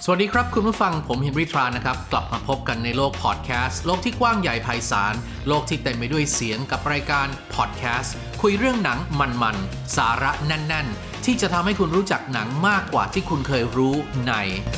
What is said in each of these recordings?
สวัสดีครับคุณผู้ฟังผมเฮนรี่ทรานะครับกลับมาพบกันในโลกพอดแคสต์โลกที่กว้างใหญ่ไพศาลโลกที่เต็มไปด้วยเสียงกับรายการพอดแคสต์คุยเรื่องหนังมันๆสาระแน่นๆที่จะทำให้คุณรู้จักหนังมากกว่าที่คุณเคยรู้ใน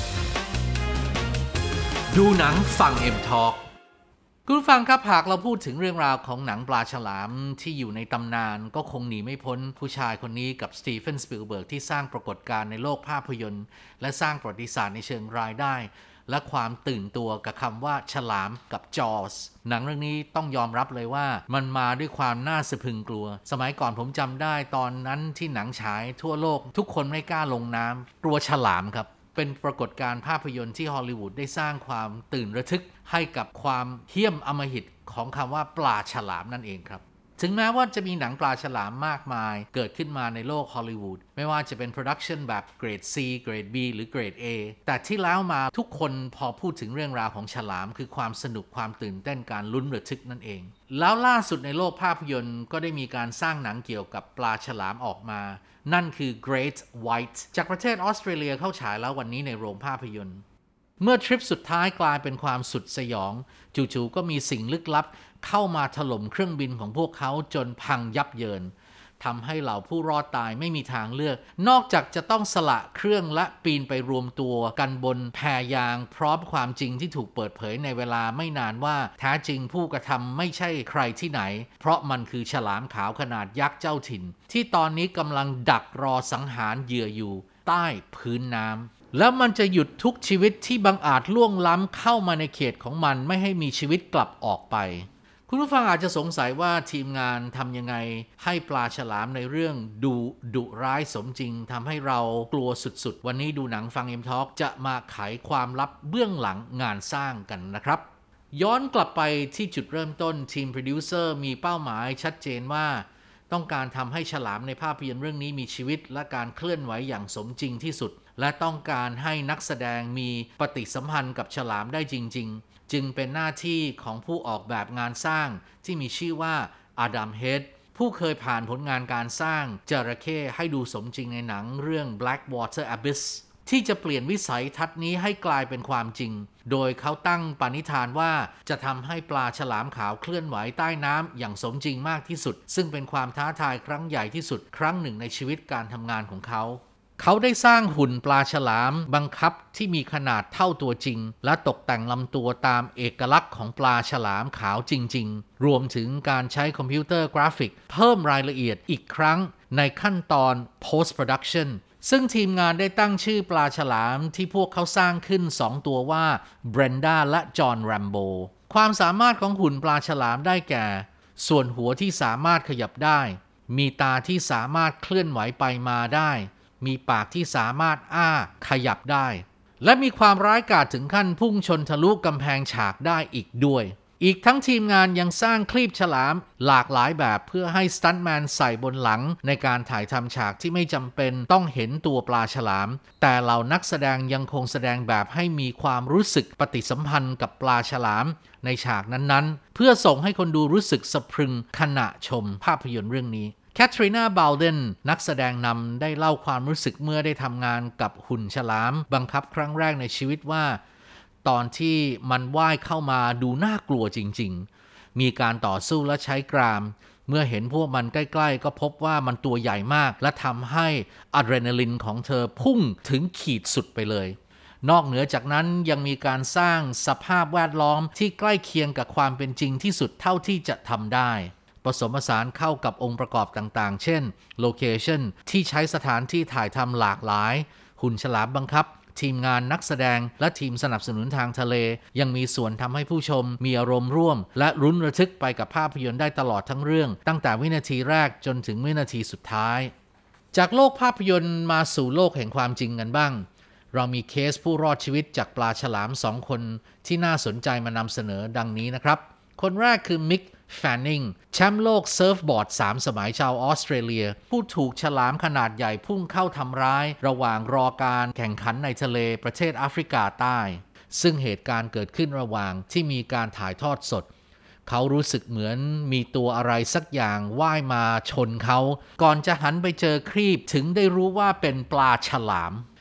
ดูหนังฟัง M Talk คุณผู้ฟังครับหากเราพูดถึงเรื่องราวของหนังปลาฉลามที่อยู่ในตำนานก็คงหนีไม่พ้นผู้ชายคนนี้กับสตีเฟน สปิลเบิร์กที่สร้างปรากฏการณ์ในโลกภาพยนตร์และสร้างประวัติศาสตร์ในเชิงรายได้และความตื่นตัวกับคำว่าฉลามกับจอสหนังเรื่องนี้ต้องยอมรับเลยว่ามันมาด้วยความน่าสะพรึงกลัวสมัยก่อนผมจำได้ตอนนั้นที่หนังฉายทั่วโลกทุกคนไม่กล้าลงน้ำกลัวฉลามครับเป็นปรากฏการณ์ภาพยนตร์ที่ฮอลลีวูดได้สร้างความตื่นระทึกให้กับความเหี้ยมอำมหิตของคำว่าปลาฉลามนั่นเองครับถึงแม้ว่าจะมีหนังปลาฉลามมากมายเกิดขึ้นมาในโลกฮอลลีวูดไม่ว่าจะเป็นโปรดักชันแบบเกรด C เกรด B หรือเกรด A แต่ที่แล้วมาทุกคนพอพูดถึงเรื่องราวของฉลามคือความสนุกความตื่นเต้นการลุ้นระทึกนั่นเองแล้วล่าสุดในโลกภาพยนตร์ก็ได้มีการสร้างหนังเกี่ยวกับปลาฉลามออกมานั่นคือ Great White จากประเทศออสเตรเลียเข้าฉายแล้ววันนี้ในโรงภาพยนตร์เมื่อทริปสุดท้ายกลายเป็นความสุดสยองจู่ๆก็มีสิ่งลึกลับเข้ามาถล่มเครื่องบินของพวกเขาจนพังยับเยินทำให้เหล่าผู้รอดตายไม่มีทางเลือกนอกจากจะต้องสละเครื่องและปีนไปรวมตัวกันบนแพยางพร้อมความจริงที่ถูกเปิดเผยในเวลาไม่นานว่าแท้จริงผู้กระทำไม่ใช่ใครที่ไหนเพราะมันคือฉลามขาวขนาดยักษ์เจ้าถิ่นที่ตอนนี้กำลังดักรอสังหารเหยื่ออยู่ใต้พื้นน้ำแล้วมันจะหยุดทุกชีวิตที่บังอาจล่วงล้ำเข้ามาในเขตของมันไม่ให้มีชีวิตกลับออกไปคุณผู้ฟังอาจจะสงสัยว่าทีมงานทำยังไงให้ปลาฉลามในเรื่องดุร้ายสมจริงทำให้เรากลัวสุดๆวันนี้ดูหนังฟัง M Talk จะมาไขความลับเบื้องหลังงานสร้างกันนะครับย้อนกลับไปที่จุดเริ่มต้นทีมโปรดิวเซอร์มีเป้าหมายชัดเจนว่าต้องการทำให้ฉลามในภาพยนตร์เรื่องนี้มีชีวิตและการเคลื่อนไหวอย่างสมจริงที่สุดและต้องการให้นักแสดงมีปฏิสัมพันธ์กับฉลามได้จริงๆจึงเป็นหน้าที่ของผู้ออกแบบงานสร้างที่มีชื่อว่าอดัมเฮดผู้เคยผ่านผลงานการสร้างจระเข้ให้ดูสมจริงในหนังเรื่อง Blackwater Abyss ที่จะเปลี่ยนวิสัยทัศน์นี้ให้กลายเป็นความจริงโดยเขาตั้งปณิธานว่าจะทำให้ปลาฉลามขาวเคลื่อนไหวใต้น้ำอย่างสมจริงมากที่สุดซึ่งเป็นความท้าทายครั้งใหญ่ที่สุดครั้งหนึ่งในชีวิตการทำงานของเขาได้สร้างหุ่นปลาฉลามบังคับที่มีขนาดเท่าตัวจริงและตกแต่งลำตัวตามเอกลักษณ์ของปลาฉลามขาวจริงๆรวมถึงการใช้คอมพิวเตอร์กราฟิกเพิ่มรายละเอียดอีกครั้งในขั้นตอน post production ซึ่งทีมงานได้ตั้งชื่อปลาฉลามที่พวกเขาสร้างขึ้น2ตัวว่าเบรนดาและจอห์นแรมโบความสามารถของหุ่นปลาฉลามได้แก่ส่วนหัวที่สามารถขยับได้มีตาที่สามารถเคลื่อนไหวไปมาได้มีปากที่สามารถขยับได้และมีความร้ายกาจถึงขั้นพุ่งชนทะลุกำแพงฉากได้อีกด้วยอีกทั้งทีมงานยังสร้างคลีบฉลามหลากหลายแบบเพื่อให้สตันท์แมนใส่บนหลังในการถ่ายทำฉากที่ไม่จำเป็นต้องเห็นตัวปลาฉลามแต่เหล่านักแสดงยังคงแสดงแบบให้มีความรู้สึกปฏิสัมพันธ์กับปลาฉลามในฉากนั้นๆเพื่อส่งให้คนดูรู้สึกสะพรึงขณะชมภาพยนตร์เรื่องนี้แคทรีนา บาลเดนนักแสดงนำได้เล่าความรู้สึกเมื่อได้ทำงานกับหุ่นฉลามบังคับครั้งแรกในชีวิตว่าตอนที่มันว่ายเข้ามาดูน่ากลัวจริงๆมีการต่อสู้และใช้กรามเมื่อเห็นพวกมันใกล้ๆก็พบว่ามันตัวใหญ่มากและทำให้อะดรีนาลินของเธอพุ่งถึงขีดสุดไปเลยนอกเหนือจากนั้นยังมีการสร้างสภาพแวดล้อมที่ใกล้เคียงกับความเป็นจริงที่สุดเท่าที่จะทำได้ผสมผสานเข้ากับองค์ประกอบต่างๆเช่นโลเคชั่นที่ใช้สถานที่ถ่ายทำหลากหลายหุ่นฉลามบังคับทีมงานนักแสดงและทีมสนับสนุนทางทะเลยังมีส่วนทำให้ผู้ชมมีอารมณ์ร่วมและลุ้นระทึกไปกับภาพยนตร์ได้ตลอดทั้งเรื่องตั้งแต่วินาทีแรกจนถึงวินาทีสุดท้ายจากโลกภาพยนตร์มาสู่โลกแห่งความจริงกันบ้างเรามีเคสผู้รอดชีวิตจากปลาฉลาม2คนที่น่าสนใจมานำเสนอดังนี้นะครับคนแรกคือมิกแฟนนิงแชมป์โลกเซิร์ฟบอร์ด3สมัยชาวออสเตรเลียผู้ถูกฉลามขนาดใหญ่พุ่งเข้าทำร้ายระหว่างรอการแข่งขันในทะเลประเทศแอฟริกาใต้ซึ่งเหตุการณ์เกิดขึ้นระหว่างที่มีการถ่ายทอดสดเขารู้สึกเหมือนมีตัวอะไรสักอย่างว่ายมาชนเขาก่อนจะหันไปเจอครีบถึงได้รู้ว่าเป็นปลาฉลาม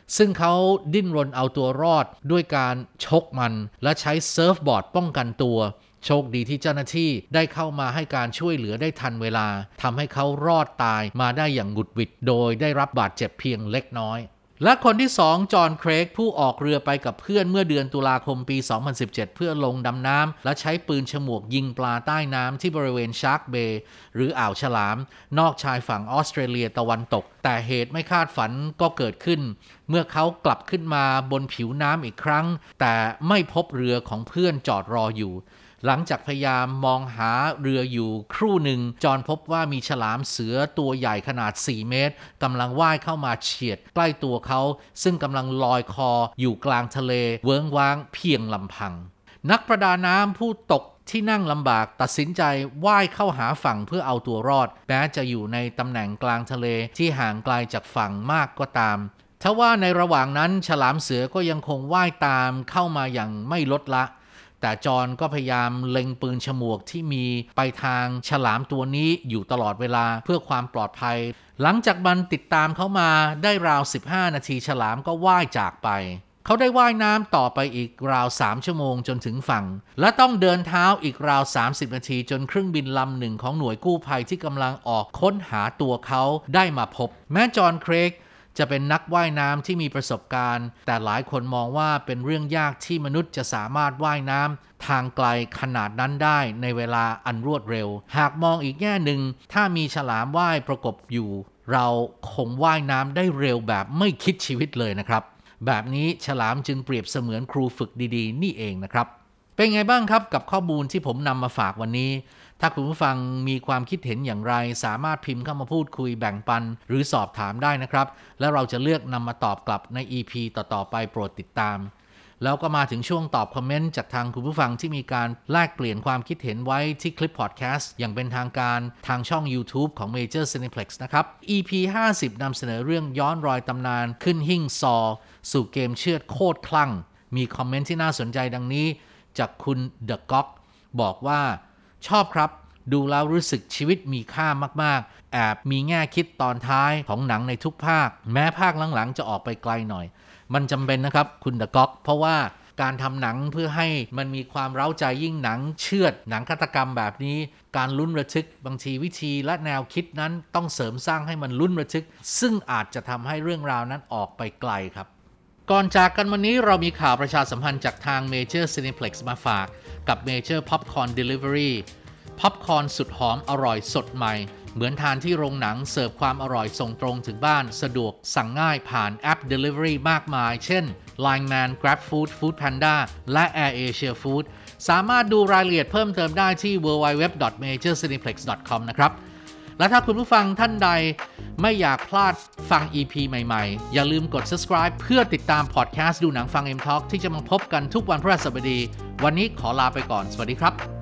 ซึ่งเขาดิ้นรนเอาตัวรอดด้วยการชกมันและใช้เซิร์ฟบอร์ดป้องกันตัวโชคดีที่เจ้าหน้าที่ได้เข้ามาให้การช่วยเหลือได้ทันเวลาทำให้เขารอดตายมาได้อย่างหวุดหวิดโดยได้รับบาดเจ็บเพียงเล็กน้อยและคนที่2จอห์นเครกผู้ออกเรือไปกับเพื่อนเมื่อเดือนตุลาคมปี 2017 เพื่อลงดำน้ำและใช้ปืนฉมวกยิงปลาใต้น้ำที่บริเวณชาร์กเบย์หรืออ่าวฉลามนอกชายฝั่งออสเตรเลียตะวันตกแต่เหตุไม่คาดฝันก็เกิดขึ้นเมื่อเขากลับขึ้นมาบนผิวน้ำอีกครั้งแต่ไม่พบเรือของเพื่อนจอดรออยู่หลังจากพยายามมองหาเรืออยู่ครู่หนึ่งจอห์นพบว่ามีฉลามเสือตัวใหญ่ขนาด4 เมตรกำลังว่ายเข้ามาเฉียดใกล้ตัวเขาซึ่งกำลังลอยคออยู่กลางทะเลเวิ้งว้างเพียงลำพังนักประดาน้ำผู้ตกที่นั่งลำบากตัดสินใจว่ายเข้าหาฝั่งเพื่อเอาตัวรอดแม้จะอยู่ในตำแหน่งกลางทะเลที่ห่างไกลจากฝั่งมากก็ตามทว่าในระหว่างนั้นฉลามเสือก็ยังคงว่ายตามเข้ามาอย่างไม่ลดละแต่จอห์นก็พยายามเล็งปืนฉมวกที่มีไปทางฉลามตัวนี้อยู่ตลอดเวลาเพื่อความปลอดภัยหลังจากมันติดตามเขามาได้ราว15 นาทีฉลามก็ว่ายจากไปเขาได้ว่ายน้ำต่อไปอีกราว3 ชั่วโมงจนถึงฝั่งและต้องเดินเท้าอีกราว30 นาทีจนเครื่องบินลำหนึ่งของหน่วยกู้ภัยที่กำลังออกค้นหาตัวเขาได้มาพบแม้จอห์นเครกจะเป็นนักว่ายน้ำที่มีประสบการณ์แต่หลายคนมองว่าเป็นเรื่องยากที่มนุษย์จะสามารถว่ายน้ำทางไกลขนาดนั้นได้ในเวลาอันรวดเร็วหากมองอีกแง่หนึ่งถ้ามีฉลามว่ายประกบอยู่เราคงว่ายน้ำได้เร็วแบบไม่คิดชีวิตเลยนะครับแบบนี้ฉลามจึงเปรียบเสมือนครูฝึกดีๆนี่เองนะครับเป็นไงบ้างครับกับข้อมูลที่ผมนำมาฝากวันนี้ถ้าคุณผู้ฟังมีความคิดเห็นอย่างไรสามารถพิมพ์เข้ามาพูดคุยแบ่งปันหรือสอบถามได้นะครับและเราจะเลือกนำมาตอบกลับใน EP ต่อๆไปโปรดติดตามแล้วก็มาถึงช่วงตอบคอมเมนต์จากทางคุณผู้ฟังที่มีการแลกเปลี่ยนความคิดเห็นไว้ที่คลิปพอดแคสต์อย่างเป็นทางการทางช่อง YouTube ของ Major Cineplex นะครับ EP 50 นำเสนอเรื่องย้อนรอยตำนานขึ้นหิ้งซอสู่เกมเชือดโคตรคลั่งมีคอมเมนต์ที่น่าสนใจดังนี้จากคุณ The Gok บอกว่าชอบครับดูแล้วรู้สึกชีวิตมีค่ามากๆแอบมีแง่คิดตอนท้ายของหนังในทุกภาคแม้ภาคหลังๆจะออกไปไกลหน่อยมันจำเป็นนะครับคุณเดอะก๊อกเพราะว่าการทำหนังเพื่อให้มันมีความเร้าใจยิ่งหนังเชือดหนังฆาตกรรมแบบนี้การลุ้นระทึกบางทีวิธีและแนวคิดนั้นต้องเสริมสร้างให้มันลุ้นระทึกซึ่งอาจจะทำให้เรื่องราวนั้นออกไปไกลครับก่อนจากกันวันนี้เรามีข่าวประชาสัมพันธ์จากทาง Major Cineplex มาฝากกับ Major Popcorn Delivery พ็อปคอร์นสุดหอมอร่อยสดใหม่เหมือนทานที่โรงหนังเสิร์ฟความอร่อยส่งตรงถึงบ้านสะดวกสั่งง่ายผ่านแอป Delivery มากมายเช่น Line Man GrabFood Foodpanda และ AirAsia Food สามารถดูรายละเอียดเพิ่มเติมได้ที่ www.majorcineplex.com นะครับและถ้าคุณผู้ฟังท่านใดไม่อยากพลาดฟัง EP ใหม่ๆอย่าลืมกด subscribe เพื่อติดตามพอดแคสต์ดูหนังฟัง M Talk ที่จะมาพบกันทุกวันพฤหัสบดีวันนี้ขอลาไปก่อนสวัสดีครับ